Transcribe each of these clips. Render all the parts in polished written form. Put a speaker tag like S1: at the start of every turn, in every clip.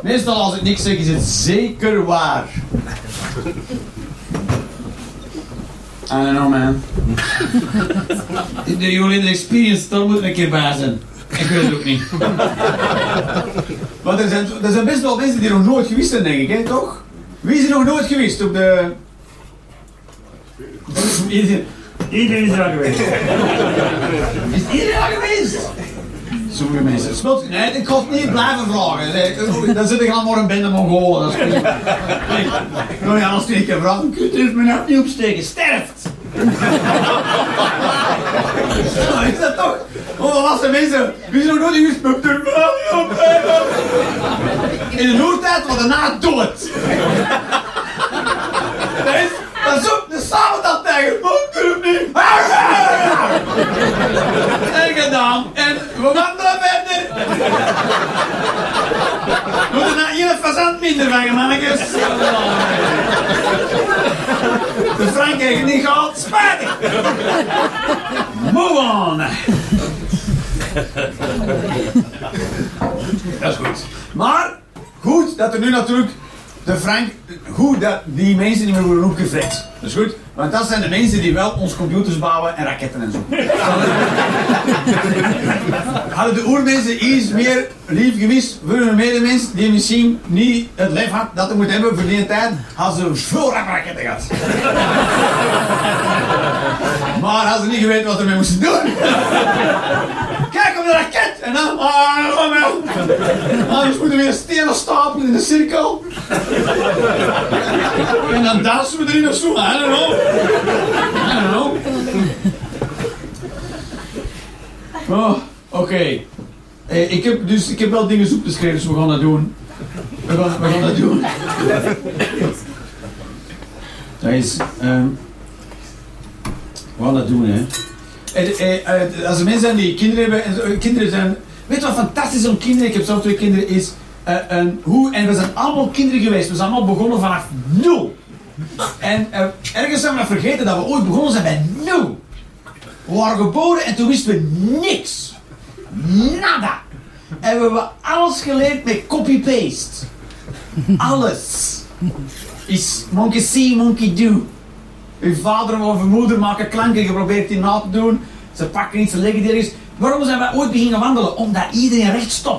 S1: Meestal als ik niks zeg is het zeker waar. I don't know, man. De Jolien Experience, daar moet ik een keer bij zijn. Ik weet het ook niet. Want er zijn best wel mensen die nog nooit geweest zijn, denk ik, hè, toch? Wie is er nog nooit geweest op de... Iedereen is er al geweest. Is iedereen al geweest? Sommige mensen. Nee, ik ga het niet blijven vragen. Dan zit ik allemaal maar een bende Mongolen. Dat is goed. Nou ja, als ik je vraag, kunt u me net niet opsteken. Sterft! Nou, is dat toch? Volwassen mensen. Wie is nog nooit gespukt? In de noordtijd was daarna dood. Dat is ook de samen dat tegen. Ik kan het niet. En gedaan. En we wandelen verder. We moeten nou hier een fazant minder van, mannetjes. De Frank heeft het niet gehad. Spijtig. Move on. Dat is goed. Maar goed dat er nu natuurlijk de Frank, goed dat die mensen niet meer worden opgevreed. Dat is goed, want dat zijn de mensen die wel ons computers bouwen en raketten en zo. Hadden de oermensen iets meer lief geweest voor hun medemens die misschien niet het lef had dat ze moeten hebben voor die tijd, hadden ze veel raketten gehad. Maar hadden ze niet geweten wat ermee moesten doen. Kijk op de raket! En dan... Anders moeten we weer stenen stapelen in de cirkel. En dan dansen we erin of zo. I don't know. Oh, oké. Ik heb wel dingen opgeschreven, dus we gaan dat doen. We gaan dat doen. Dat is... we gaan dat doen, hè. Als er mensen zijn die kinderen hebben, en kinderen zijn... Weet je wat fantastisch is om kinderen, ik heb zelf 2 kinderen, is... en we zijn allemaal kinderen geweest, we zijn allemaal begonnen vanaf 0. En ergens zijn we nog vergeten dat we ooit begonnen zijn bij 0. We waren geboren en toen wisten we niks. Nada. En we hebben alles geleerd met copy-paste. Alles. Is monkey see, monkey do. Uw vader of uw moeder maken klanken, je probeert die na te doen. Ze pakken iets, ze leggen die ergens. Waarom zijn wij ooit beginnen wandelen? Omdat iedereen recht stopt.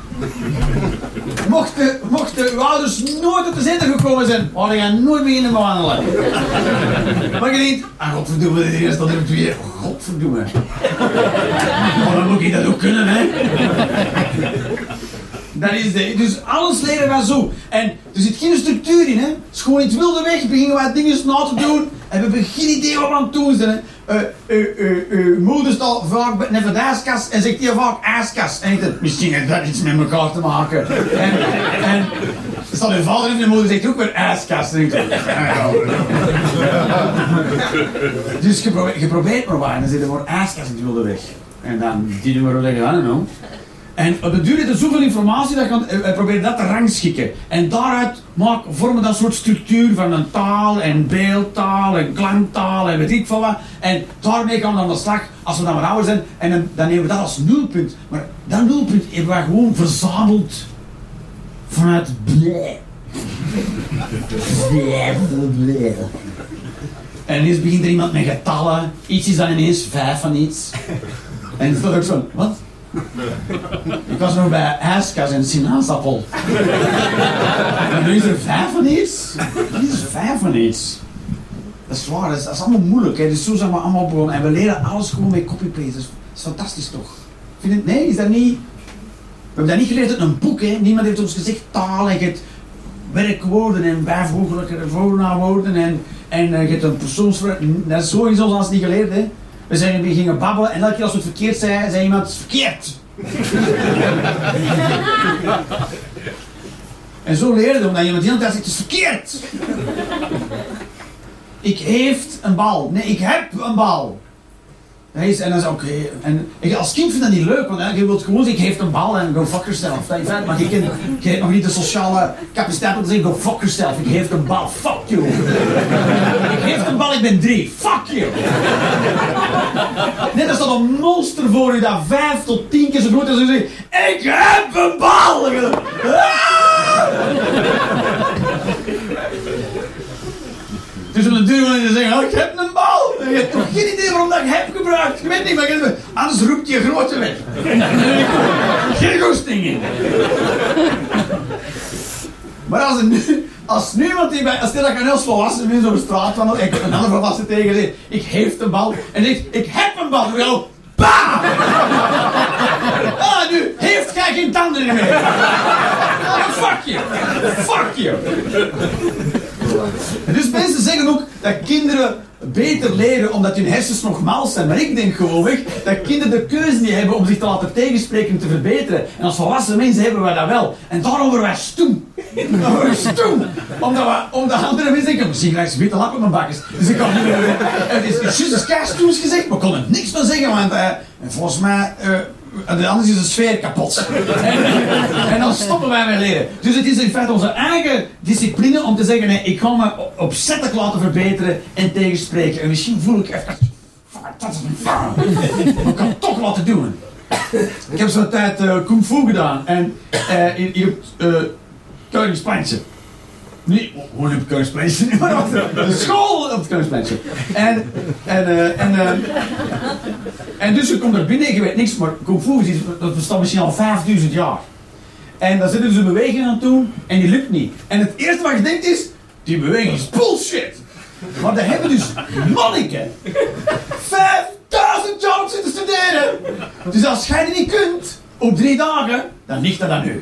S1: Mochten uw ouders nooit op de zetel gekomen zijn, hadden jij nooit beginnen met wandelen. Maar je denkt, godverdomme, dit is dat er weer. Godverdomme. Maar dan moet ik dat ook kunnen, hè. Dat is dus alles leren wij zo. En er zit geen structuur in, hè. Het is gewoon in het wilde weg, beginnen wij dingen na te doen. En we hebben geen idee wat we aan het doen zijn, hè. Uw moeder staat vaak net voor de ijskast en zegt hier vaak ijskast. En ik denk, misschien heeft dat iets met elkaar te maken. En staat uw vader en uw moeder zegt ook weer ijskast. En ik denk, dus je probeert maar wat en dan zit er voor ijskast in het wilde weg. En dan die we zeggen, I don't know. En op de duur heeft er zoveel informatie dat je probeert dat te rangschikken. En daaruit vormen dat een soort structuur van een taal en beeldtaal en klanktaal en weet ik veel wat. En daarmee gaan we aan de slag als we dan wat ouder zijn. En dan nemen we dat als nulpunt. Maar dat nulpunt hebben we gewoon verzameld vanuit bleh. En ineens begint er iemand met getallen. Iets is dan ineens 5 van iets. En het is ook zo, wat? Ik was nog bij ijskas en sinaasappel. En nu is er 5 van iets. Dit is 5 van iets. Dat is waar, dat is allemaal moeilijk. Hè. Dus zo zijn we allemaal begonnen. En we leren alles gewoon met copy-paste. Dat is fantastisch toch? Vind je het? Nee, is dat niet... We hebben dat niet geleerd uit een boek. Hè. Niemand heeft ons gezegd taal en je hebt werkwoorden en bijvoeglijke voornaamwoorden en je hebt een persoonsvorm. Dat is zo is ons als niet geleerd. Hè. We gingen babbelen en elke keer als we het verkeerd zeiden, zei iemand verkeerd. En zo leerde je, omdat iemand die hele tijd zegt, het is verkeerd. Ik heeft een bal. Nee, ik heb een bal. En dan is oké. En als kind vind je dat niet leuk, want je wilt gewoon zeggen, ik heeft een bal en go fuck yourself. Maar je hebt nog niet de sociale capaciteit om te zeggen, go fuck yourself. Ik heeft een bal, fuck you. Ik heeft een bal, ik ben 3, fuck you. Net als dat een monster voor je dat 5 tot 10 keer zo groot is en zegt, ik heb een bal. tussen de deur en zeggen, ik heb een bal. En je hebt toch geen idee waarom dat ik heb gebruikt. Je weet niet, maar anders roept je grote weg. Geen goesting in. Maar als nu iemand als die dat kan heel volwassen mensen op de straat wandelt, ik heb een andere volwassen tegen zegt, ik heeft een bal. En zegt, ik heb een bal. Wel, bam! Ah, nu heeft jij geen tanden meer. Ah, fuck you. Fuck you. Dus mensen zeggen ook dat kinderen beter leren omdat hun hersens nog mals zijn. Maar ik denk gewoonweg dat kinderen de keuze niet hebben om zich te laten tegenspreken en te verbeteren. En als volwassen mensen hebben wij dat wel. En daarom worden wij stoem. Dan worden we stoem. Omdat andere mensen denken, misschien krijg je beter lap op mijn bakjes. Dus ik kan niet meer. Het is juist keistoems gezegd, maar ik kon er niks van zeggen. Want volgens mij... anders is de sfeer kapot. En dan stoppen wij met leren. Dus het is in feite onze eigen discipline om te zeggen, nee, ik ga me opzettelijk laten verbeteren en tegenspreken. En misschien voel ik even... Maar ik kan het toch laten doen. Ik heb zo'n tijd kung fu gedaan. En hier op Koningspleintje. Nee, hoe liep Koningspleintje? De school op het Koningspleintje. En dus je komt er binnen, je weet niks, maar kung fu is iets, dat bestaat misschien al 5000 jaar. En daar zitten dus een beweging aan doen en die lukt niet. En het eerste wat je denkt is, die beweging is bullshit. Maar daar hebben dus monniken 5000 jaar op zitten studeren. Dus als jij die niet kunt, op 3 dagen, dan ligt dat aan u.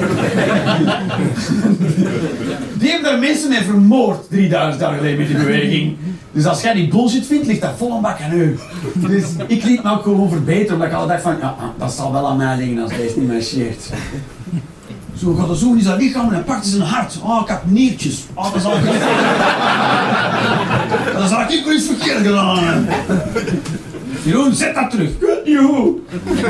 S1: Die hebben daar mensen mee vermoord 3000 jaar geleden met die beweging. Dus als jij die bullshit vindt, ligt dat vol een bak aan u. Dus ik liet me ook gewoon verbeteren, omdat ik altijd dacht van, ja, dat zal wel aan mij liggen als deze niet marcheert. Zo gaat er zo in zijn lichaam en dan pakt hij zijn hart. Oh, ik heb niertjes. Oh, dat zal ik niet. Dan zal ik wel iets verkeerd gedaan hebben. Jeroen, zet dat terug. Joehoe.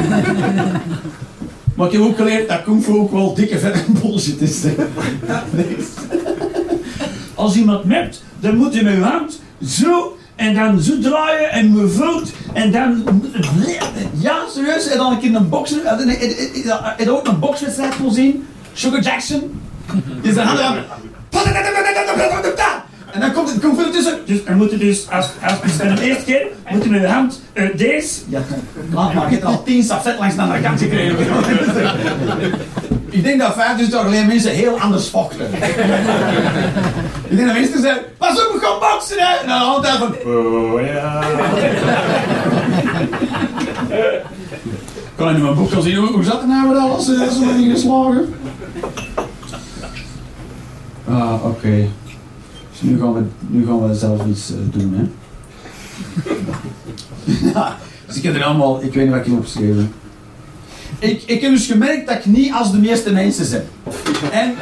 S1: Maar ik heb ook geleerd dat kung fu ook wel dikke vette bullshit is. Nee. Als iemand mept, dan moet je met je hand zo en dan zo draaien en me voet en dan... Ja, serieus. En dan een keer een bokser... Heb je ook een bokswedstrijd gezien? Sugar Jackson? Dus dan hadden we... En dan komt het kung fu ertussen. Dus dan moet je dus, als de eerste keer, moet je met de hand deze... Ja, laat maar, je hebt er al 10 stafet langs de andere kant gekregen. Ik denk dat 5000 jaar geleden mensen heel anders vochten. Ik denk dat mensen zeiden, pas op, we gaan boksen, hè! En dan altijd van... Oh, ja... Ik kan in mijn boek al zien, hoe zat het nou met alles? Zo niet geslagen? Ah, oké. Dus nu gaan we zelf iets doen, hè. Ja, dus ik heb er allemaal... Ik weet niet wat ik heb opgeschreven. Ik heb dus gemerkt dat ik niet als de meeste mensen zit. En...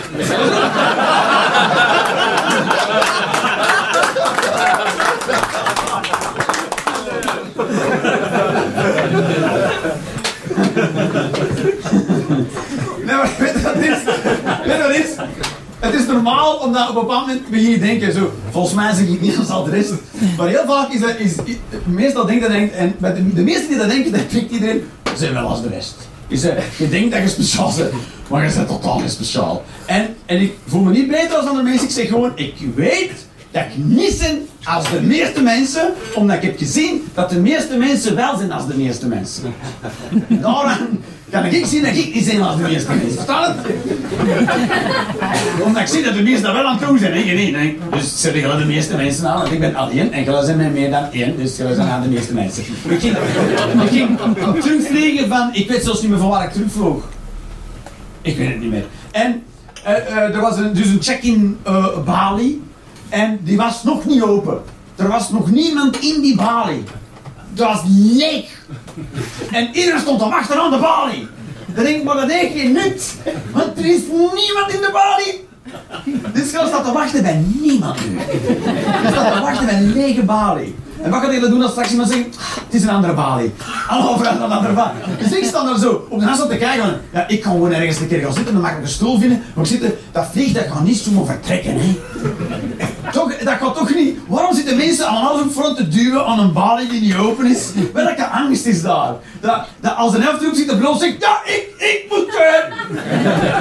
S1: Nee, maar weet je wat het is? Het is normaal omdat op een bepaald moment begin je denken zo, volgens mij zeg ik niet als al de rest. Maar heel vaak meestal denk dat en de meesten die dat denken, dat denkt iedereen, ze zijn wel als de rest. Je denkt dat je speciaal bent, maar je bent totaal niet speciaal. En ik voel me niet beter als andere mensen, ik zeg gewoon, ik weet dat ik niet ben als de meeste mensen, omdat ik heb gezien dat de meeste mensen wel zijn als de meeste mensen. Daarom kan ik zien dat ik niet ben als de meeste mensen. Verstaan het? Omdat ik zie dat de meesten dat wel aan het doen zijn, ik niet. Nee. Dus zeg je de meeste mensen aan, want ik ben alleen en jullie zijn met meer dan 1, dus jullie zijn aan de meeste mensen. Ik ging terugvliegen van, ik weet zelfs niet meer van waar ik terugvloog. Ik weet het niet meer. En er was dus een check-in balie. En die was nog niet open. Er was nog niemand in die balie. Het was leeg. En iedereen stond te wachten aan de balie. Dan denk ik, maar dat heeft geen nut. Want er is niemand in de balie. Dus je staat te wachten bij niemand nu. Je staat te wachten bij een lege balie. En wat gaat hij doen als straks iemand zegt, het is een andere balie. Allemaal vragen naar een andere balie. Dus ik sta daar zo op de afstand te kijken van, ja, ik kan gewoon ergens een keer gaan zitten, dan mag ik een stoel vinden. Maar ik zit, dat vliegtuig gaat niet zomaar vertrekken, hè. Toch, dat gaat toch niet. Waarom zitten mensen aan alles op front te duwen aan een balie die niet open is? Welke angst is daar? Dat als een helft zit de brul zegt, ja, ik moet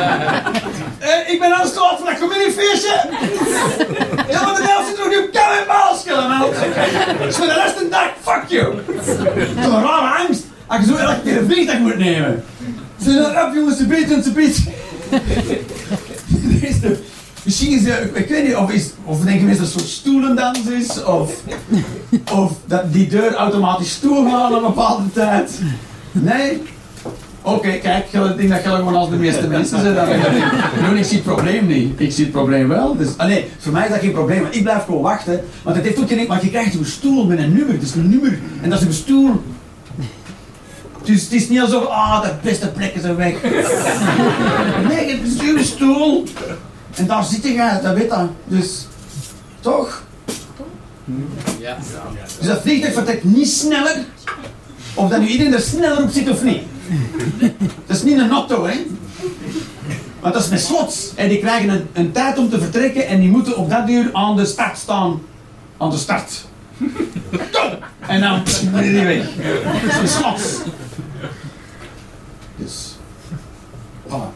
S1: ik ben aan het slapen, ik kom in een feestje. Ja, maar de helft zit er nog niet op, kan helemaal. Dus voor de rest van de dag, fuck you. Zo'n rare angst. Als je zo elke keer een vliegtuig moet nemen. Ze zeggen, op jongens, ze biedt. Misschien is het, ik weet niet, of denken mensen dat het zo'n stoelendans is, of dat die deur automatisch toegaat op een bepaalde tijd. Nee? Oké, kijk, ik denk dat je gewoon als de meeste mensen zijn. Ik zie het probleem niet. Ik zie het probleem wel. Dus, nee, voor mij is dat geen probleem, want ik blijf gewoon wachten. Want het heeft ook geen, want je krijgt een stoel met een nummer. Het is een nummer en dat is een stoel. Dus het is niet alsof, de beste plekken zijn weg. Nee, het is uw stoel. En daar zit je, dat weet dat. Dus, toch?
S2: Ja.
S1: Dus dat vliegtuig vertrekt niet sneller. Of dat nu iedereen er sneller op zit of niet. Dat is niet een auto, hè. Want dat is met slots. En die krijgen een tijd om te vertrekken en die moeten op dat uur aan de start staan. Aan de start. En dan ben die weg. Dat is met slots. Dus. Voilà.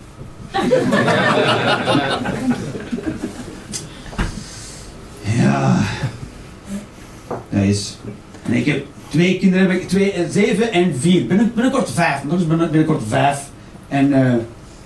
S1: Ja. Dat is. En ik heb 2 kinderen, heb ik 7 en 4. Binnenkort 5. Nog eens binnenkort 5. En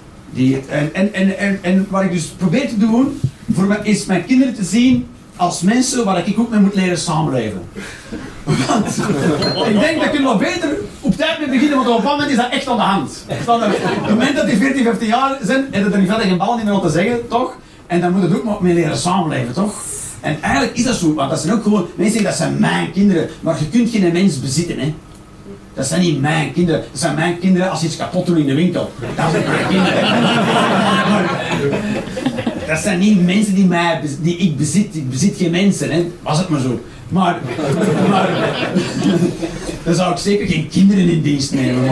S1: wat ik dus probeer te doen, is mijn kinderen te zien als mensen waar ik ook mee moet leren samenleven. Want ik denk dat kunnen we beter op tijd mee beginnen, want op een bepaald moment is dat echt aan de hand. Op het moment dat die 14, 15 jaar zijn, hebben er niet verder geen bal niet meer om te zeggen, toch? En dan moet het ook nog mee leren samenleven, toch? En eigenlijk is dat zo, want dat zijn ook gewoon, mensen zeggen dat zijn mijn kinderen, maar je kunt geen mens bezitten, hè. Dat zijn niet mijn kinderen, dat zijn mijn kinderen als ze iets kapot doen in de winkel. Dat zijn mijn kinderen. Dat zijn niet mensen die ik bezit. Ik bezit geen mensen, hè. Was het maar zo. Maar dan zou ik zeker geen kinderen in dienst nemen.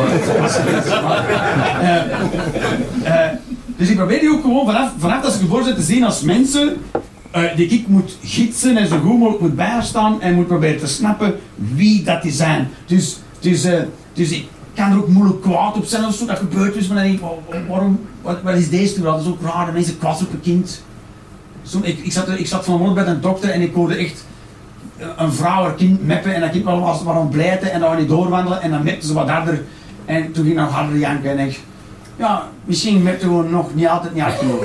S1: Dus ik probeer die ook gewoon vanaf dat ze geboren zijn te zien als mensen die ik moet gidsen en zo goed mogelijk moet bijstaan en moet proberen te snappen wie dat die zijn. Dus ik kan er ook moeilijk kwaad op zijn of zo, dat gebeurt dus, maar dan denk ik, waarom, wat is deze toe? Dat is ook raar, de mensen kwaad op een kind. Ik zat vanmorgen bij een dokter en ik hoorde echt een vrouw haar kind meppen en dat kind was maar aan het blijten en dan we niet doorwandelen en dan mepte ze wat harder en toen ging ik nog harder janken en ik, ja, misschien mepte gewoon nog niet altijd niet hard genoeg.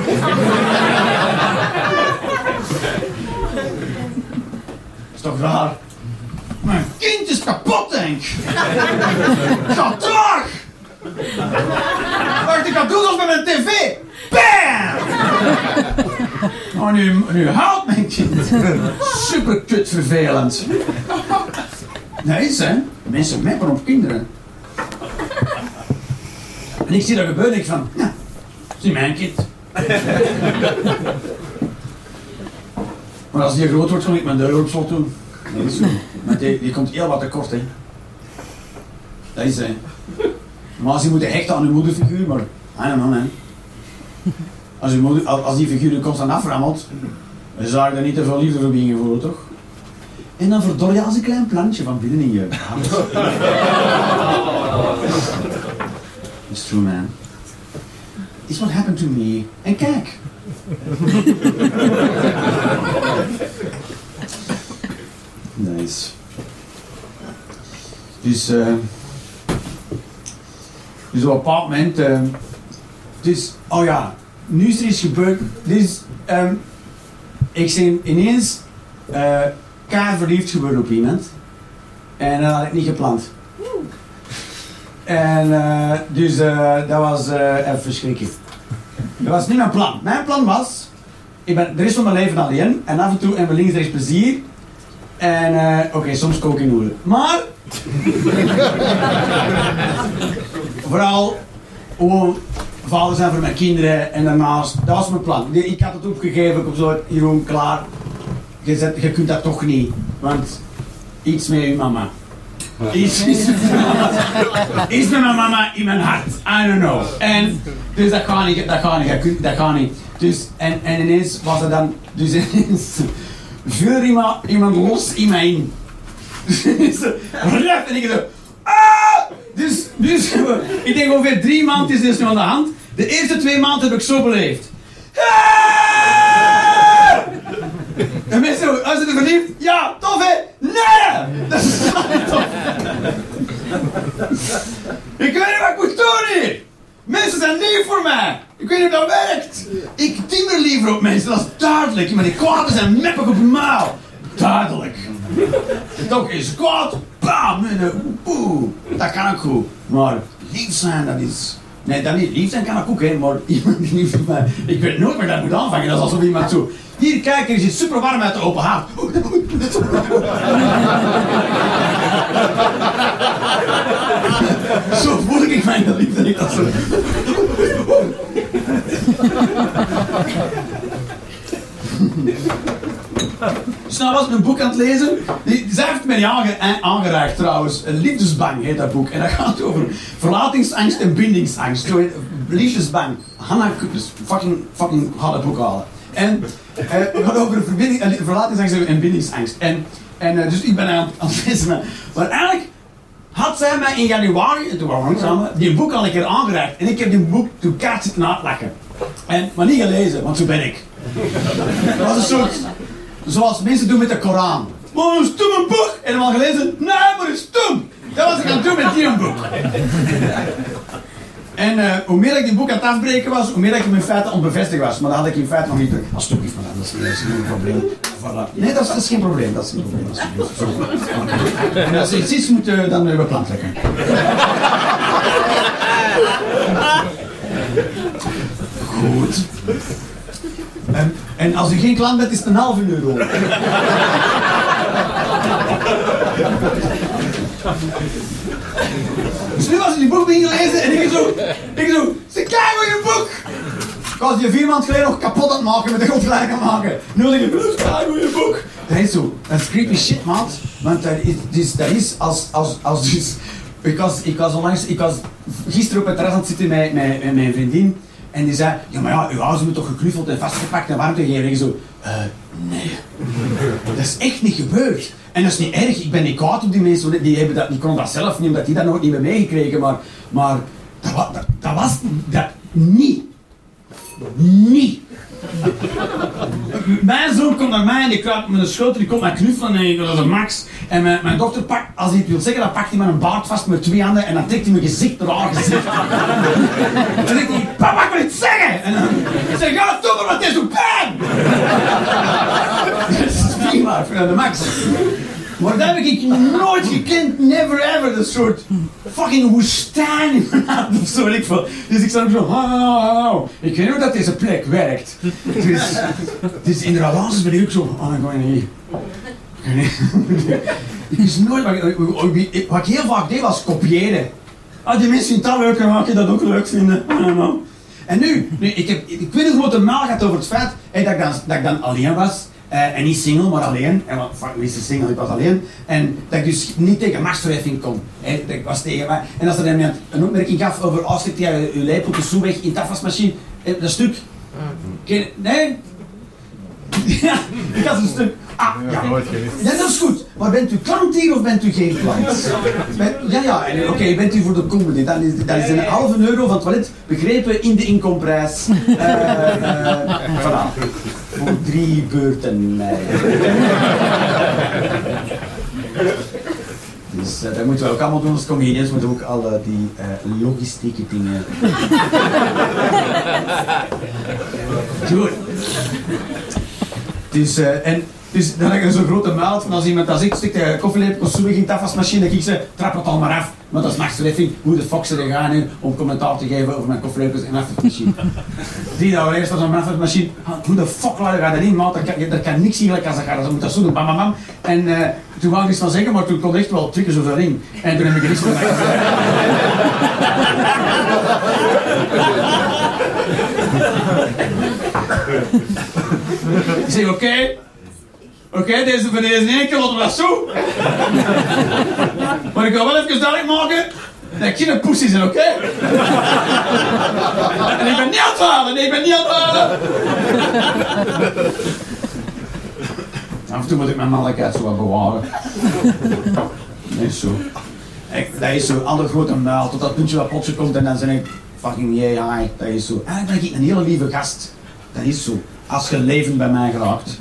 S1: Is toch raar? Mijn kind is kapot, denk ik. Ga traag! Wacht, ik ga doen als met mijn tv. Bam! Oh, nu haalt mijn kind. Super kut vervelend. Dat is, hè. Mensen meppen op kinderen. En ik zie dat gebeuren en ik van, ja, dat is niet mijn kind. Maar als die groot wordt, kan ik mijn deur op slot doen. Dat is zo. Maar die komt heel wat tekort, hè. Dat is, hè. Maar als je moet hechten aan je moederfiguur, maar, I don't know, man. Als die figuur constant aframmelt, dan zou je er niet te veel liefde voor beginnen voelen, toch? En dan verdor je als een klein plantje van binnen in je. It's true, man. It's what happened to me. En kijk. Nice. Dus op een bepaald moment, dus, oh ja, nu is er iets gebeurd. Dus, ik ben ineens verliefd geworden op iemand. En dat had ik niet gepland. En dus dat was even verschrikkelijk. Dat was niet mijn plan. Mijn plan was, ik ben de rest van mijn leven alleen en af en toe hebben we links rechts plezier. En oké, soms kook ik noedelen. Maar vooral gewoon vader zijn voor mijn kinderen en daarnaast, dat was mijn plan. Ik had het opgegeven, ik heb zo, Jeroen, klaar. Je kunt dat toch niet, want iets met je mama. Iets met mijn mama in mijn hart, I don't know. En dus dat gaat niet. Dus, en ineens was er dan, dus ineens viel er iemand los in mij in. En ik zo, Dus ik denk ongeveer 3 maanden is dit nu aan de hand. De eerste 2 maanden heb ik zo beleefd. En mensen zo, als ze er verliefd? Ja, tof hè? Nee! Dat is niet tof. Ik weet niet wat ik moet doen hier. Mensen zijn lief voor mij. Ik weet niet of dat werkt. Ik timmer liever op mensen, dat is duidelijk. Maar die kwaad zijn meppig op je muil. Duidelijk. Het ook is kwaad. Bam! Dat kan ook goed. Maar lief zijn, dat is... Nee, dat niet. Lief zijn kan ik ook, hè. Maar iemand die lief voor mij... Ik weet nooit waar ik dat moet aanvangen. Dat is alsof iemand zo... Hier, kijk, er zit super warm uit de open haard. Zo voel ik mij dat lief dat ik dat zo... Dus nou was ik een boek aan het lezen. Zij heeft mij aangeraakt trouwens. Liefdesbang heet dat boek. En dat gaat over verlatingsangst en bindingsangst. Zo heet, liefdesbang. Hannah dus fucking gaat het boek halen. En het gaat over verlatingsangst en bindingsangst. En dus ik ben aan het lezen. Maar eigenlijk had zij mij in januari, en toen waren we nog samen, die boek al een keer aangeraakt. En ik heb die boek toen kaart zitten uitlachen. Maar niet gelezen, want zo ben ik. Dat was een soort... Zoals mensen doen met de Koran. Maar een stomme boek! En al gelezen? Nee, maar een stom! Dat was ik aan het doen met die boek. En hoe meer ik die boek aan het afbreken was, hoe meer ik mijn feiten onbevestigd was. Maar dat had ik in feite nog niet druk. Alsjeblieft, maar dat is geen probleem. Voilà. Nee, dat is geen probleem. Dat is geen probleem. Okay. En als er iets is, moet je dan weer plan trekken. Goed. En als u geen klant bent, is het €1,5. Dus nu was ik die boek ingelezen en ik zo, ze krijgen je boek! Ik was die 4 maanden geleden nog kapot aan het maken met de grond gelijk aan het maken. Nu zeg ik, ze krijgen je boek! Dat is zo, dat is creepy shit, maat. Want dat is als dus... Ik was gisteren op het terras aan het zitten met mijn vriendin. En die zei, ja maar ja, uw huis moet toch geknuffeld en vastgepakt en warmte gegeven. En ik zo, nee. Dat is echt niet gebeurd. En dat is niet erg, ik ben niet kwaad op die mensen, die konden dat zelf niet, omdat die dat nog niet meer meegekregen. Maar dat was dat niet. Niet. Mijn zoon komt naar mij en die kruipt met een schouder, die komt mij knuffelen en dat is een Max. En mijn dochter pakt, als hij het wil zeggen, dan pakt hij met een baard vast met 2 handen en dan trekt hij mijn gezicht naar haar gezicht. Dan zegt hij, papa, ik wil iets zeggen! En dan zeg ik, ja, doe maar, want het is zo pijn! Dat is prima, ik vind dat de Max. Maar dat heb ik nooit gekend, never ever, dat soort fucking woestijn in mijn hand of zo, weet ik veel. Dus ik zat zo, ik weet niet dat deze plek werkt. Dus in de relaties ben ik ook zo, ik ga niet. Ik wist nooit, wat ik heel vaak deed was kopiëren. Die mensen vinden dat leuk en mag je dat ook leuk vinden. En nu ik weet nog wat de maal gaat over het feit dat ik dan alleen was. En niet single, maar alleen. En wie is de single? Ik was alleen. En dat ik dus niet tegen machtsverheffing kon. Ik was tegen mij. En als er dan een opmerking gaf over als je je lepeltjes weg in de afwasmachine, dat stuk. Nee? Ja, ik had een stuk. Ja, dat is goed. Maar bent u klant hier of bent u geen klant? Ja, oké, bent u voor de comedy. Dat is €1,5 van het toilet, begrepen in de inkomprijs. Voilà. Voor 3 beurten. Dus dat moeten we ook allemaal doen als comedians, moeten ook al die logistieke dingen doen. Dus dan heb je zo'n grote maat van als iemand als ik stik de koffielepel kostuum in de afwasmachine, dan kijk ze, trap het al maar af. Maar dat is machtsverheffing, hoe de fuck ze er gaan nu om commentaar te geven over mijn koffielepels en afwasmachine. 3 dagen eerst was een afwasmachine, hoe de fuck laat je dat in, maat? Dat kan niks hier als dat gaat, dat moet dat zo doen, bam bam bam. En toen wou ik iets van zeggen, maar toen kon echt wel trikken zo in. En toen heb ik er niks van gezegd. Ik zeg oké, deze van deze 1 keer laten we dat zo. Maar ik wil wel even duidelijk maken dat ik geen poesie ben, oké? En ik ben niet aan het halen, Af en toe moet ik mijn mannelijkheid zo wat bewaren. Dat is zo. Dat is zo, alle grote muil, tot dat puntje wat plotje komt en dan zeg ik fucking yeah, hi. Dat is zo. Eigenlijk ben ik een hele lieve gast. Dat is zo. Als je levend bij mij geraakt.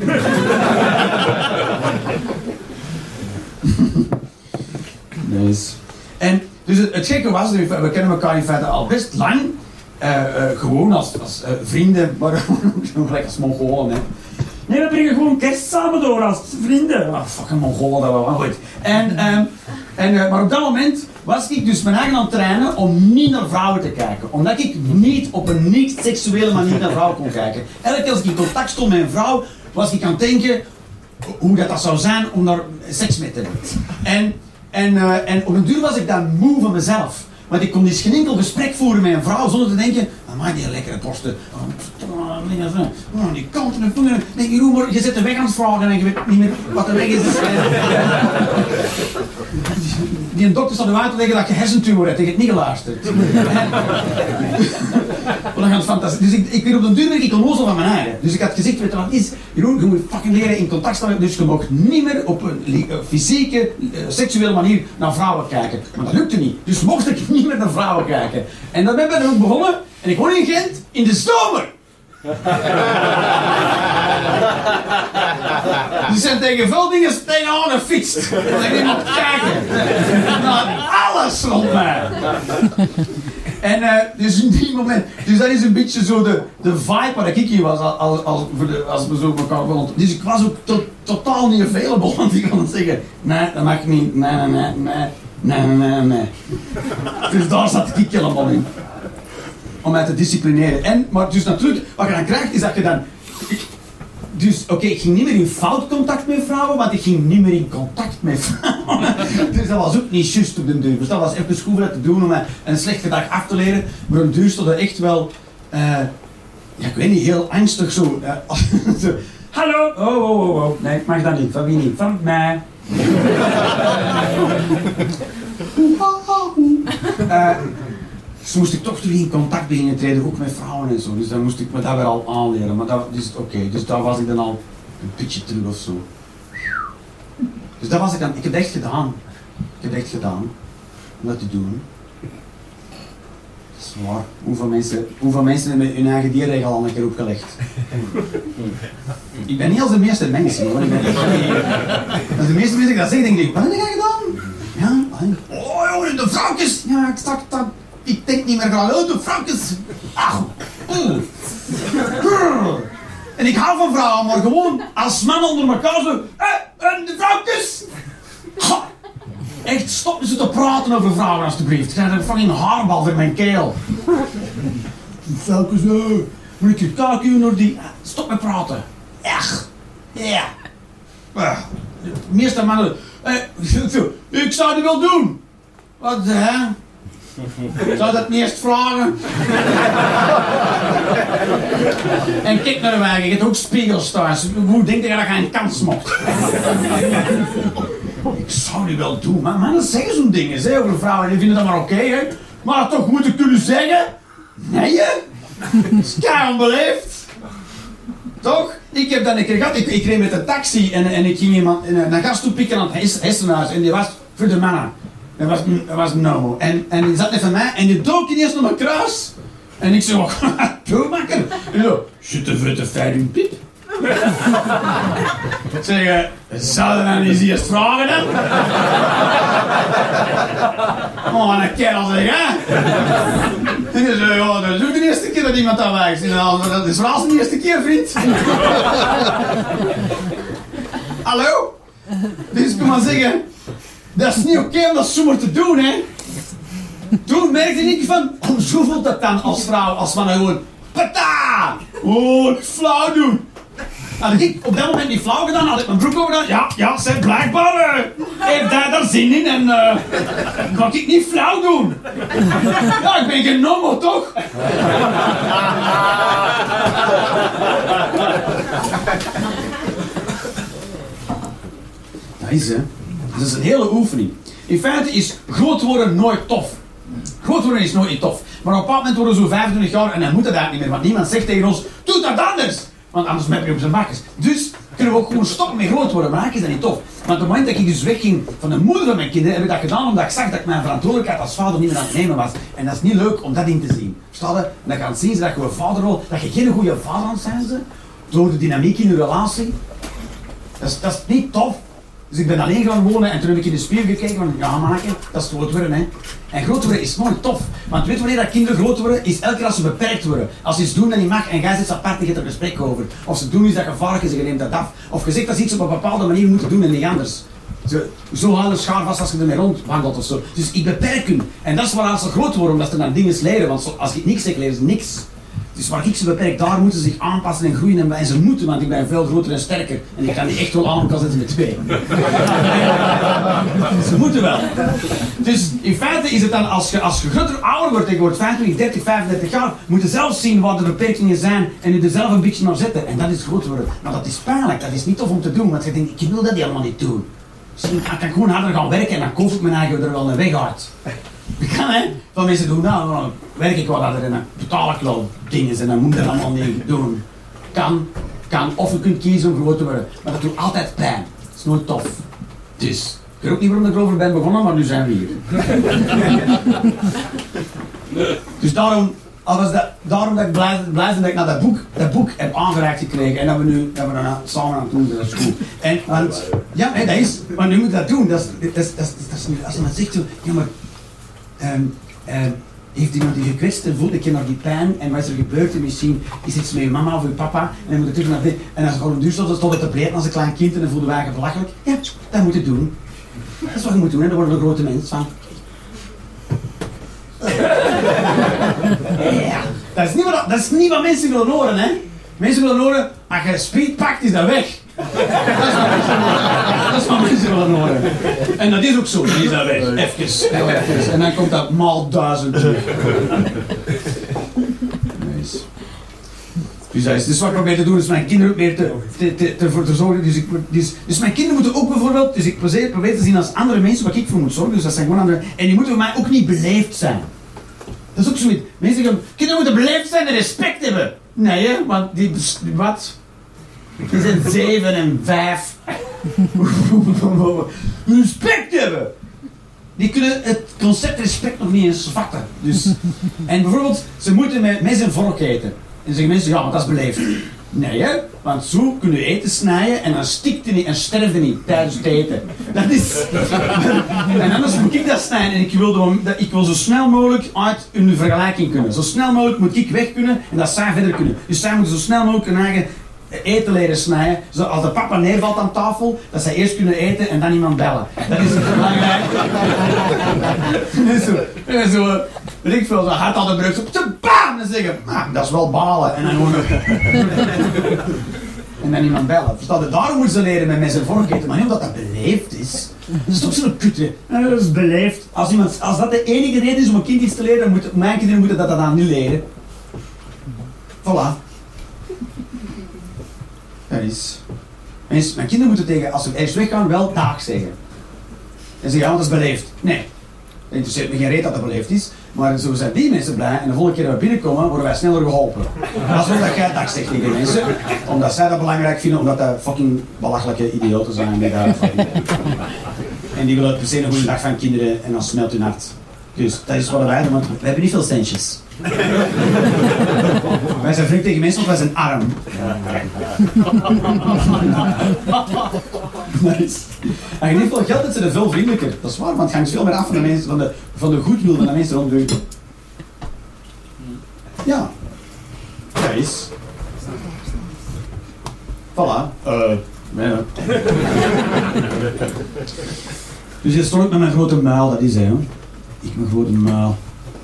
S1: Dus. En dus het gekke was, we kennen elkaar in feite al best lang. Gewoon als vrienden, maar gelijk als Mongolen. Hè. Nee, we brengen gewoon kerst samen door als vrienden. Ah, fucking Mongolen, dat wel goed. Maar op dat moment was ik dus mijn eigen aan het trainen om niet naar vrouwen te kijken. Omdat ik niet op een niet-seksuele manier naar vrouwen kon kijken. Elke keer als ik in contact stond met een vrouw, was ik aan het denken hoe dat zou zijn om daar seks mee te hebben. En op een duur was ik dan moe van mezelf. Want ik kon dus geen enkel gesprek voeren met een vrouw zonder te denken, amai, die lekkere borsten. Die kanten en voeten. Denk je, maar je zit de weg aan het vragen en je weet niet meer wat de weg is. Die dokter staat eruit te leggen dat je hersentumor hebt, ik heb het niet geluisterd. Dan gaat het fantastisch. Dus ik ben op de duur ben ik onnozel van mijn eigen. Dus ik had gezegd, weet je wat het is? Jeroen, je moet fucking leren in contact staan. Dus je mag niet meer op een fysieke, seksuele manier naar vrouwen kijken. Maar dat lukte niet. Dus mocht ik niet meer naar vrouwen kijken. En dan ben ik ook begonnen. En ik woon in Gent in de zomer. Die zijn tegen veel dingen tegenaan gefietst. Dat ik niet moet kijken. Naar alles rond mij. En dus in die moment, dus dat is een beetje zo de vibe waar ik hier was als we zo elkaar willen. Dus ik was ook totaal niet available, want ik kon zeggen, nee, dat mag niet, nee. Dus daar zat ik helemaal in. Om mij te disciplineren. Maar dus natuurlijk, wat je dan krijgt is dat je dan... Dus ik ging niet meer in fout contact met vrouwen, want ik ging niet meer in contact met vrouwen. Dus dat was ook niet juist op den duur. Dus dat was even goed te doen om een slechte dag af te leren. Maar op den duur stond er echt wel... ik weet niet, heel angstig zo. Zo hallo! Oh. Nee, ik mag dat niet. Van wie niet? Van mij. Dus moest ik toch terug in contact beginnen treden, ook met vrouwen en zo. Dus dan moest ik me dat weer al aanleren. Maar dat is oké. Dus daar was ik dan al een beetje terug of zo. Dus dat was ik dan. Ik heb het echt gedaan. Om dat te doen. Dat is waar. Hoeveel mensen hebben hun eigen dierregel al een keer opgelegd? Ik ben niet als de meeste mensen, hoor. Ik ben echt als de meeste mensen dat zeggen, denk ik, wat heb jij gedaan? Ja, oh joh, de vrouwtjes! Ja, ik zag dat. Ik denk niet meer graag, de vrouwtjes! Ach, En ik hou van vrouwen, maar gewoon als man onder elkaar zo, en de vrouwtjes! Echt, stop eens te praten over vrouwen alstublieft. Ik krijg een fucking haarbal voor mijn keel. Vrouwtjes, moet ik kijken naar die... Stop met praten. Echt. Ja. De meeste mannen... ik zou het wel doen. Wat, hè? Zou dat niet eerst vragen? En kijk naar de wagen, je hebt ook spiegels thuis. Hoe denk je dat je een kans mocht? Ik zou die wel doen, maar mannen zeggen zo'n dingen hè, over vrouwen. Die vinden dat maar oké, hè? Maar toch moeten kunnen zeggen? Nee, hè? Dat is kei onbeleefd. Toch? Ik heb dat een keer gehad. Ik reed met een taxi en ik ging iemand een gast toepikken aan het Hessenhuis. En die was voor de mannen. Dat was een no. En die zat even mij en die dook ineens naar mijn kruis. En ik zei, wat doe makker? En zo, je te vette feit een piep. Ik zeg, zou je dan eens eerst vragen dan? Oh, wat een kerel zeg, hè? En hij zei, ja, dat is ook de eerste keer dat iemand dat wijst. Dat is vooral de eerste keer, vriend. Hallo? Dus ik kan maar zeggen, dat is niet oké om dat zomaar te doen, hè? Toen merkte ik van, zo voelt dat dan als vrouw, als man gewoon, pata! Oh, niet flauw doen. Had ik op dat moment niet flauw gedaan, had ik mijn broek over gedaan. Ja, zeg, blijkbaar heeft hij daar zin in en kan ik niet flauw doen. Ja, ik ben geen nomo, toch? Dat is, hè. Dat is een hele oefening. In feite is groot worden nooit tof. Groot worden is nooit tof. Maar op een bepaald moment worden we zo 25 jaar en dan moet dat eigenlijk niet meer. Want niemand zegt tegen ons, doe dat anders. Want anders met je op zijn bakkes. Dus kunnen we ook gewoon stoppen met groot worden. Maar eigenlijk is dat niet tof. Maar op het moment dat ik dus wegging van de moeder van mijn kinderen, heb ik dat gedaan omdat ik zag dat ik mijn verantwoordelijkheid als vader niet meer aan het nemen was. En dat is niet leuk om dat in te zien. Versta je? En dan gaan zien ze dat je een vaderrol, dat je geen goede vader aan het zijn bent. Door de dynamiek in je relatie. Dat is niet tof. Dus ik ben alleen gaan wonen en toen heb ik in de spiegel gekeken van, ja manneke, dat is groot worden hè. En groot worden is nooit tof. Want weet wanneer dat kinderen groot worden, is elke keer als ze beperkt worden. Als ze iets doen dat niet mag en jij zit apart en je hebt er een gesprek over. Of ze doen iets dat gevaarlijk is en je neemt dat af. Of je zegt dat ze iets op een bepaalde manier moeten doen en niet anders. Zo houden schaar vast als je ermee rondwandelt of zo. Dus ik beperk hun. En dat is waar ze groot worden, omdat ze dan dingen leren. Want als ik niks zeg, leren ze niks. Dus waar ik ze beperk, daar moeten ze zich aanpassen en groeien en ze moeten, want ik ben veel groter en sterker. En ik kan die echt wel aan elkaar zetten met 2. Ze moeten wel. Dus in feite is het dan, als je groter ouder wordt, je wordt 25, 30, 35 jaar, moet je zelf zien waar de beperkingen zijn en je er zelf een beetje naar zetten. En dat is groot worden. Maar dat is pijnlijk, dat is niet tof om te doen, want je denkt, ik wil dat helemaal niet doen. Dus ik kan gewoon harder gaan werken en dan koop ik mijn eigen er wel een weg uit. Dat kan hè. Veel mensen doen, nou, dan werk ik wat harder en dan betaal ik wel dingen en dan moet je dat allemaal niet doen. Kan, of je kunt kiezen om groot te worden. Maar dat doet altijd pijn. Dat is nooit tof. Dus, ik weet ook niet waarom ik erover ben begonnen, maar nu zijn we hier. Dus daarom dat ik blij ben dat ik naar dat boek heb aangereikt gekregen en dat we dan samen aan het doen, dat is goed. En, want, ja, dat is, maar nu moet dat doen. Dat is, als iemand zegt zo, ja maar, heeft iemand die gekwetst en voelt ik naar die pijn en wat is er gebeurd en misschien is iets met je mama of je papa en dan moet je terug naar dit en als je gewoon een duur stond, dan stond het te pleiten als een klein kind en dan voelde wij belachelijk. Ja, dat moet je doen. Dat is wat je moet doen en dan worden we een grote mens van. Ja, dat is niet wat mensen willen horen, hè. Mensen willen horen, als je speed pakt, is dat weg. Dat is wat mensen willen horen. En dat is ook zo, die is dat weg. Even. En dan komt dat maal 1000 terug. Nice. Dus dat is dus wat ik probeer te doen, is mijn kinderen ook meer ervoor te zorgen. Dus mijn kinderen moeten ook bijvoorbeeld, dus ik probeer te zien als andere mensen wat ik voor moet zorgen. Dus dat zijn gewoon andere. En die moeten voor mij ook niet beleefd zijn. Dat is ook zoiets. Mensen zeggen, kinderen moeten beleefd zijn en respect hebben. Nee, hè, want wat? Die zijn 7 en 5. Respect hebben. Die kunnen het concept respect nog niet eens vatten. Dus. En bijvoorbeeld, ze moeten met mes en vork eten. En dan zeggen mensen, ja, maar dat is beleefd. Nee, hè? Want zo kun je eten snijden en dan stikt je niet en sterft je niet tijdens het eten. Dat is... En anders moet ik dat snijden en ik wil zo snel mogelijk uit een vergelijking kunnen. Zo snel mogelijk moet ik weg kunnen en dat zij verder kunnen. Dus zij moeten zo snel mogelijk hun eigen eten leren snijden. Zodat als de papa neervalt aan tafel, dat zij eerst kunnen eten en dan iemand bellen. Dat is belangrijk. Zo, weet ik veel, zo hard aan de brug, zo bam! En zeggen, dat is wel balen. En dan gewoon... En dan iemand bellen. Verstaat je? Daarom moeten ze leren met mes en vork eten, maar niet omdat dat beleefd is. Dat is toch zo'n kutte. Dat is beleefd. Als dat de enige reden is om een kind iets te leren, dan moeten mijn kinderen moeten dat dan niet leren. Voilà. Dat is... Mijn kinderen moeten tegen, als ze ergens weggaan, wel dag zeggen. En zeggen, ja, want dat is beleefd. Nee. Het interesseert me geen reet dat het beleefd is, maar zo zijn die mensen blij en de volgende keer dat we binnenkomen, worden wij sneller geholpen. Dat is wel dat jij dag zegt tegen mensen, omdat zij dat belangrijk vinden, omdat dat fucking belachelijke idioten zijn. En die willen per se een goede dag van kinderen en dan smelt hun hart. Dus dat is wat wij doen, want we hebben niet veel centjes. Wij zijn vriend tegen mensen, want wij zijn arm. Nice. Als je niet veel geld hebt, zijn er veel vriendelijker. Dat is waar, want het hangt veel meer af van de mensen, van de goedwil van de mensen rondom. Ja. Dat is. Voilà. Nee. Dus je stort met mijn grote muil, dat is hij, hoor. Ik mijn grote muil.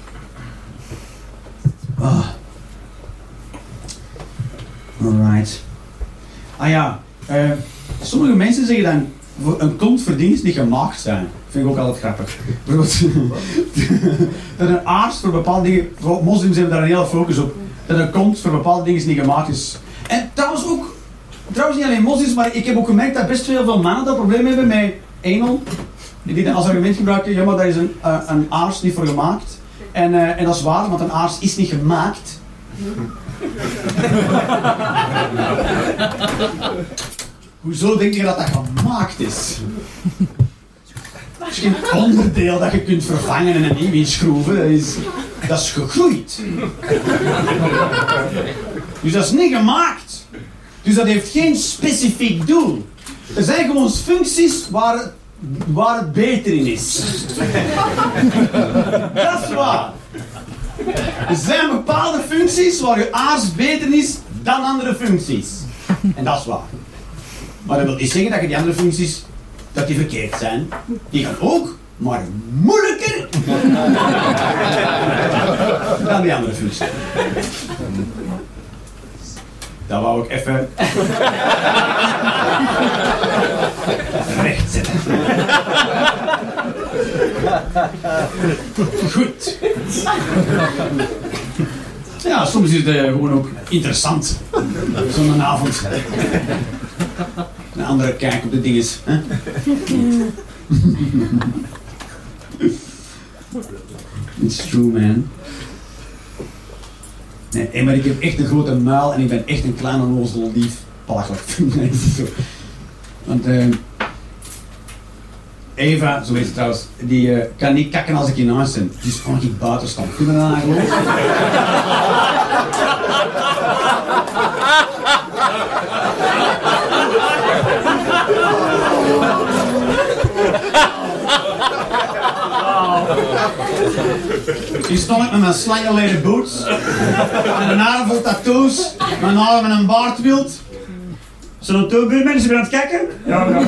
S1: Alright. Ah ja, sommige mensen zeggen dan, een kont verdient niet gemaakt zijn. Vind ik ook altijd grappig. Dat een aars voor bepaalde dingen, voor moslims hebben daar een hele focus op, dat een kont voor bepaalde dingen niet gemaakt is. En trouwens niet alleen moslims, maar ik heb ook gemerkt dat best veel mannen dat probleem hebben met anal. Die als argument gebruiken, ja maar daar is een aars niet voor gemaakt. En dat is waar, want een aars is niet gemaakt. Hoezo denk je dat dat gemaakt is? Dat is geen onderdeel dat je kunt vervangen en een nieuw inschroeven. Dat is dat is gegroeid. Dus dat is niet gemaakt. Dus dat heeft geen specifiek doel. Er zijn gewoon functies waar het beter in is. Dat is waar. Er zijn bepaalde functies waar je aars beter is dan andere functies. En dat is waar. Maar dat wil niet zeggen dat je die andere functies dat die verkeerd zijn. Die gaan ook, maar moeilijker dan die andere functies. Dat wou ik even recht zetten. Goed. Ja, soms is het gewoon ook interessant. Zo'n avond. Een andere kijk op de dinges. Hè? It's true, man. Nee, maar ik heb echt een grote muil en ik ben echt een klein onnozel lief. Belachelijk. Nee, dat is zo. Want Eva, zo heet ze trouwens, die kan niet kakken als ik in huis ben. Dus gewoon ik buiten staan. Kun je dat nou geloven? Hier stond ik met mijn slangenleden boots en een haar vol tattoos, mijn haar met een baard wild. Zullen er buurt mensen weer aan het kijken? Ja, ja.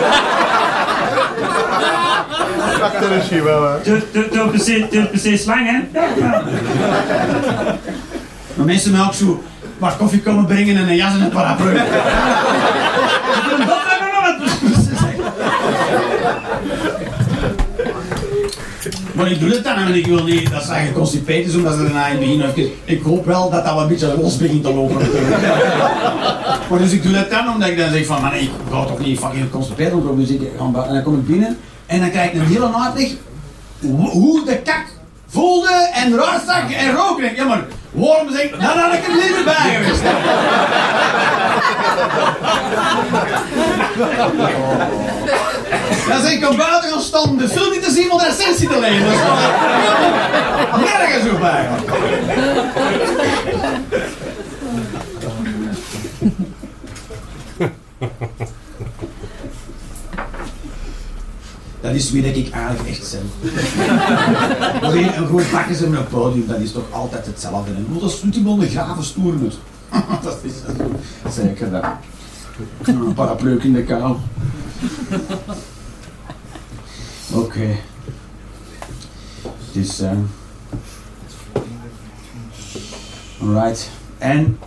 S3: Achter is hier wel, hè?
S1: Precies slang, hè? Ja. Maar mensen mij ook zo wat koffie komen brengen en een jas en een paraplu. Maar ik doe het dan en ik wil niet dat ze geconstipeerd is omdat ze daarna in het begin even... Ik hoop wel dat dat wat een beetje los begint te lopen. Maar dus ik doe dat dan omdat ik dan zeg van, man, ik ga toch niet fucking geconstipeerd lopen. Dus ik ga buiten en dan kom ik binnen en dan krijg ik een hele uitleg hoe de kak voelde en eruit zag en rook. En ik, ja maar, waarom zeg ik, dan had ik er liever bij geweest. Dan zeg ik kom buiten gaan staan de film niet te zien, maar de essentie te lezen. Dat is gewoon nergens op eigenlijk. Dat is wie dat ik eigenlijk echt ben. Een goed bakken ze met een podium, dat is toch altijd hetzelfde. En dat is een grave stoernut. Dat is zeker dat. Een paraplu in de kou. Oké. Dus, alright. En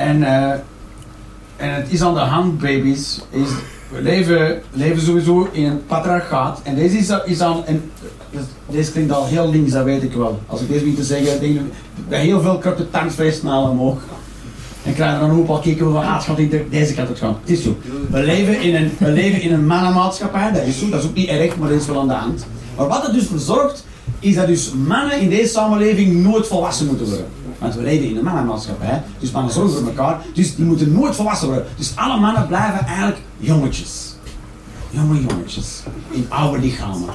S1: het is aan de hand, baby's. We leven sowieso in een patriarchaat. En deze is aan... Deze klinkt al heel links, dat weet ik wel. Als ik deze niet te zeggen, denk ik... Bij heel veel kruipt de tangstfeest naar omhoog. En krijgen er dan ook al kijken van, het gaat niet deze kant op gaan. Het is zo. We leven in een mannenmaatschappij, dat is zo. Dat is ook niet erg, maar dat is wel aan de hand. Maar wat het dus voor zorgt, is dat dus mannen in deze samenleving nooit volwassen moeten worden. Want we leven in een mannenmaatschappij, dus mannen zorgen voor elkaar, dus die moeten nooit volwassen worden. Dus alle mannen blijven eigenlijk jongetjes. Jonge jongetjes. In oude lichamen.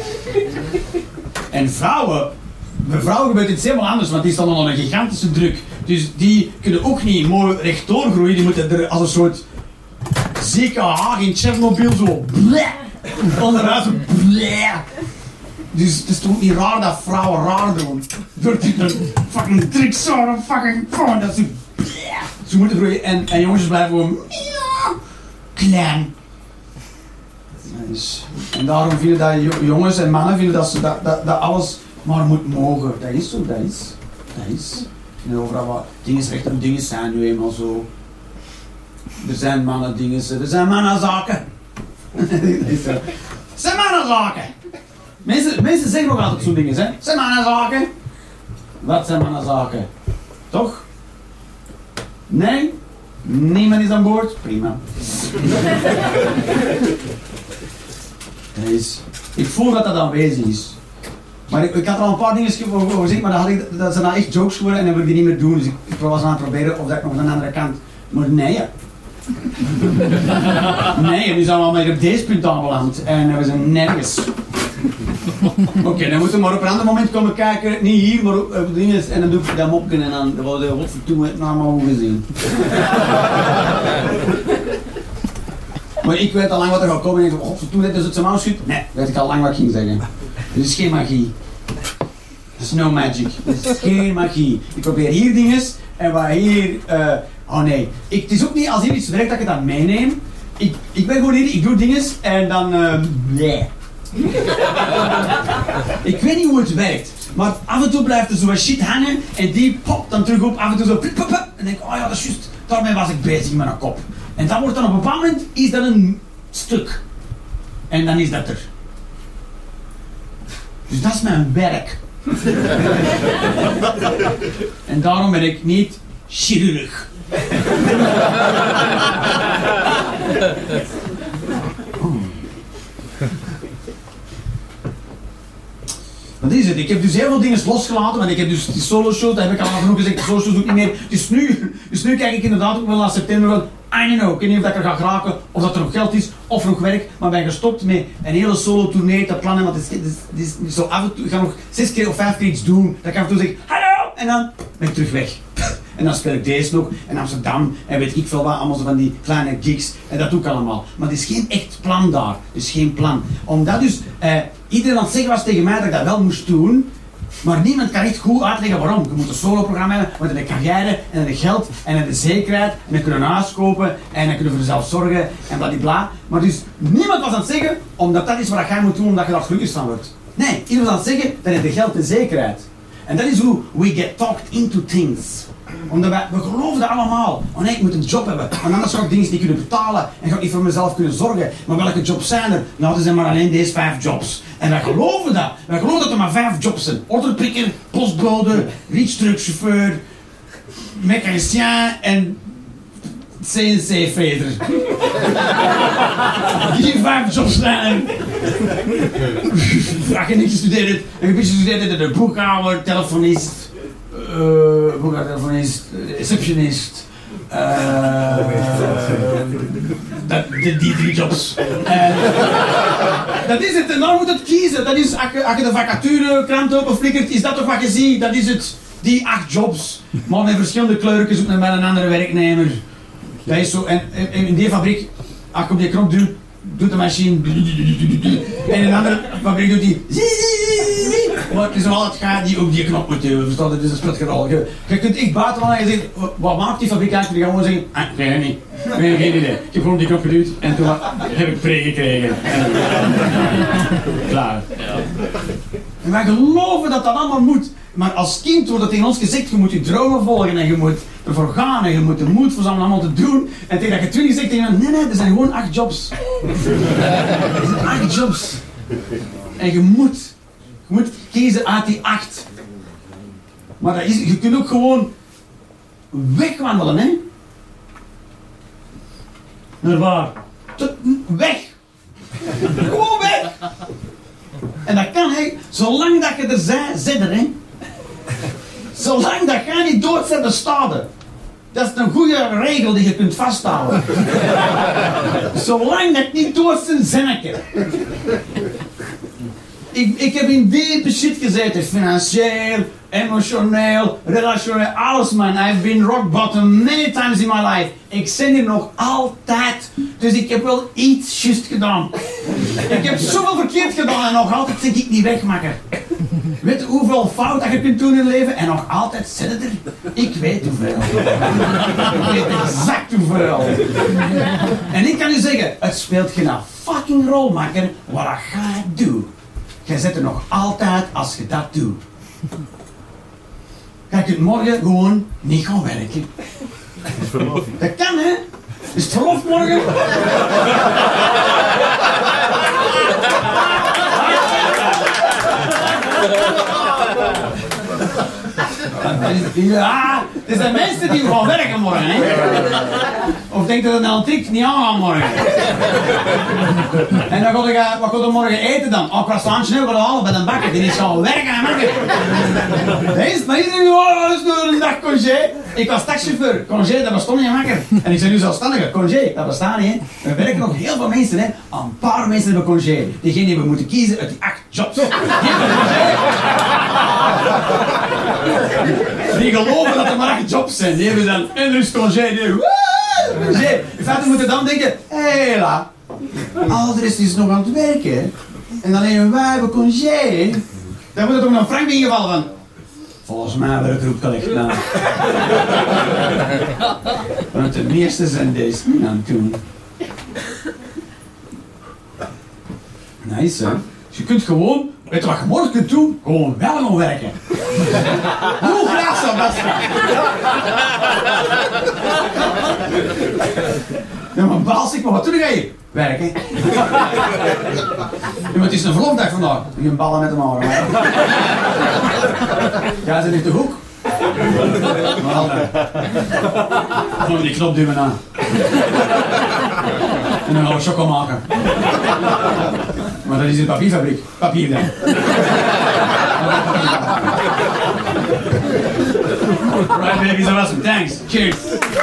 S1: En bij vrouwen gebeurt het helemaal anders, want die staan onder een gigantische druk. Dus die kunnen ook niet mooi rechtdoor groeien, die moeten er als een soort zieke haag in Tsjernobyl zo onderuit zo Dus het is toch niet raar dat vrouwen raar doen. Door die fucking druk zo fucking gewoon dat ze moeten groeien en jongens blijven gewoon klein. En daarom vinden dat jongens en mannen vinden dat alles maar moet mogen. Dat is zo, dat is. En overal wat dingen recht en dingen zijn nu eenmaal zo. Er zijn mannen dingen, er zijn mannenzaken. Het zijn mannenzaken. Mensen zeggen nog altijd zo'n dingen, hè. Het zijn mannenzaken. Wat zijn mannenzaken? Toch? Nee? Niemand is aan boord? Prima. Ik voel dat dat aanwezig is. Maar ik had er al een paar dingen over gezegd, maar dat zijn nou echt jokes geworden en dat wil ik die niet meer doen. Dus ik was aan het proberen of dat ik nog aan de andere kant... Maar nee. Nee, nu zijn we al meer op deze punt aanbeland en we zijn nergens. Oké, dan moeten we maar op een ander moment komen kijken. Niet hier, maar op dingen. En dan doe ik dat mopken en dan worden we wat doen we het nou allemaal gezien. Maar ik weet al lang wat er gaat komen en ik denk, toen net is het zijn mouwschut. Nee, weet ik al lang wat ik ging zeggen. Het is geen magie. Het is no magic. Het is geen magie. Ik probeer hier dingen en waar hier... oh nee. Het is ook niet als hier iets werkt dat ik het dan meeneem. Ik ben gewoon hier, ik doe dingen en dan... nee. Ik weet niet hoe het werkt. Maar af en toe blijft er zo'n shit hangen en die popt dan terug op. Af en toe zo... Pop, pop, en denk ik, oh ja, dat is juist. Daarmee was ik bezig met een kop. En dan wordt dan op een bepaald moment is dat een stuk. En dan is dat er. Dus dat is mijn werk. En daarom ben ik niet chirurg. Dat is het. Ik heb dus heel veel dingen losgelaten, want ik heb dus die solo show, dat heb ik al genoeg gezegd, de solo show doe ik niet meer. Dus nu kijk ik inderdaad ook wel naar september van, I don't know, ik weet niet of ik er ga geraken, of dat er nog geld is, of nog werk, maar ben gestopt met een hele solo tournee te plannen, want het is zo af en toe, ik ga nog 6 keer of 5 keer iets doen, dat ik af en toe zeg, hallo, en dan ben ik terug weg. En dan speel ik deze nog, en Amsterdam, en weet ik veel wat, allemaal zo van die kleine gigs, en dat doe ik allemaal. Maar er is geen echt plan daar, dus geen plan. Omdat dus, iedereen aan het zeggen was tegen mij dat ik dat wel moest doen, maar niemand kan echt goed uitleggen waarom. Je moet een solo-programma hebben, met een carrière, en een geld, en een zekerheid, en dan kunnen we een huis kopen, en dan kunnen we voor jezelf zorgen, en bladibla. Maar dus, niemand was aan het zeggen, omdat dat is wat jij moet doen, omdat je daar gelukkig van wordt. Nee, iedereen was aan het zeggen, dan heb je geld en zekerheid. En dat is hoe we get talked into things. Omdat we geloven dat allemaal. Oh nee, ik moet een job hebben. Want anders ga ik dingen niet kunnen betalen. En ga ik niet voor mezelf kunnen zorgen. Maar welke jobs zijn er? Nou, er zijn maar alleen deze 5 jobs. En wij geloven dat. Wij geloven dat er maar 5 jobs zijn. Orderprikker, postbode, reachstruckchauffeur, mechanicien en CNC-veder. Die 5 jobs zijn. Als je niks gestudeerd hebt, en je hebt gestudeerd hebt, de boekhouder, telefonist, telefonist, receptionist, die 3 jobs. Dat is het, en dan moet het kiezen. Dat is, als je de vacaturekrant open flikkert, is dat toch wat je ziet? Dat is het, die 8 jobs. Maar met verschillende kleurtjes ook naar een andere werknemer. Dat is zo, en in die fabriek, als ik op die knop doe, doet de machine. En in een andere fabriek doet die. Maar het is nog altijd gaat die op die knop moet duwen. Verstaat het? Het is een spetgeral. Je kunt echt buiten van en je zegt, wat maakt die fabriek eigenlijk? Je gaat gewoon zeggen, ik weet het niet. Ik heb geen idee. Ik heb gewoon die knop geduwd en toen heb ik pre gekregen. Klaar. En wij geloven dat dat allemaal moet. Maar als kind wordt het tegen ons gezegd, je moet je dromen volgen en je moet ervoor gaan en je moet de moed verzamelen om allemaal te doen. En tegen dat je 20 zegt tegen je, nee, er zijn gewoon 8 jobs. Er zijn 8 jobs. En je moet kiezen uit die 8. Maar dat is, je kunt ook gewoon wegwandelen, hè. Naar waar? Weg! Gewoon weg! En dat kan, hè. Zolang dat je er bent, zit er, hè. Zolang dat jij niet dood bent, bestaat er. Dat is een goede regel die je kunt vasthouden. Zolang dat ik niet dood ben, zin ik er. Ik heb in diepe shit gezeten, financieel, emotioneel, relationeel, alles man. I've been rock bottom many times in my life. Ik zit hier nog altijd, dus ik heb wel iets juist gedaan. Ik heb zoveel verkeerd gedaan en nog altijd zit ik niet wegmaken. Weet je hoeveel fout dat je kunt doen in het leven en nog altijd zit het er? Ik weet hoeveel. Ik weet exact hoeveel. En ik kan u zeggen, het speelt geen fucking rol maken wat jij doet. Jij zit er nog altijd als je dat doet. Je kunt morgen gewoon niet gaan werken. Dat kan, hè? Is het verlof morgen? Ja, er zijn mensen die gaan werken morgen, hè? Of denkt dat het een tik niet aan morgen? En dan wat gaat er morgen eten dan? Oh, croissantje hebben we halen bij de bakker, die is gaan werken en werken. Dat is maar iedereen, oh, dat is nog een dag congé. Ik was taxichauffeur, congé, dat bestond niet makker. En ik ben nu zelfstandige, congé, dat bestaat niet, hè. We werken nog heel veel mensen, hè. Een paar mensen hebben congé. Diegenen die we moeten kiezen uit die 8 jobs. Die geloven dat er maar echt jobs zijn. Die hebben dan een rust congé. In feite moeten dan denken, hé la, al de rest is nog aan het werken. En alleen wij hebben congé. Dan moet er toch nog Frank ingevallen van. Volgens mij werkgroep collect na. Want de meeste zijn deze niet aan het doen. Nice hè. Dus je kunt gewoon, weet je wat je morgen kunt doen? Gewoon wel nog werken. Hoe graag zou dat zijn? Ja maar baas ik, maar wat doe jij hier? Werken. Ja, maar het is een verlofdag vandaag. Je ballen met hem aan. Jij zit in de hoek. Maar altijd. Gaan we die knop duwen aan. En dan gaan we choco maken. Maar dat is een papierfabriek. Papier dan. Right baby, so awesome. Thanks. Cheers.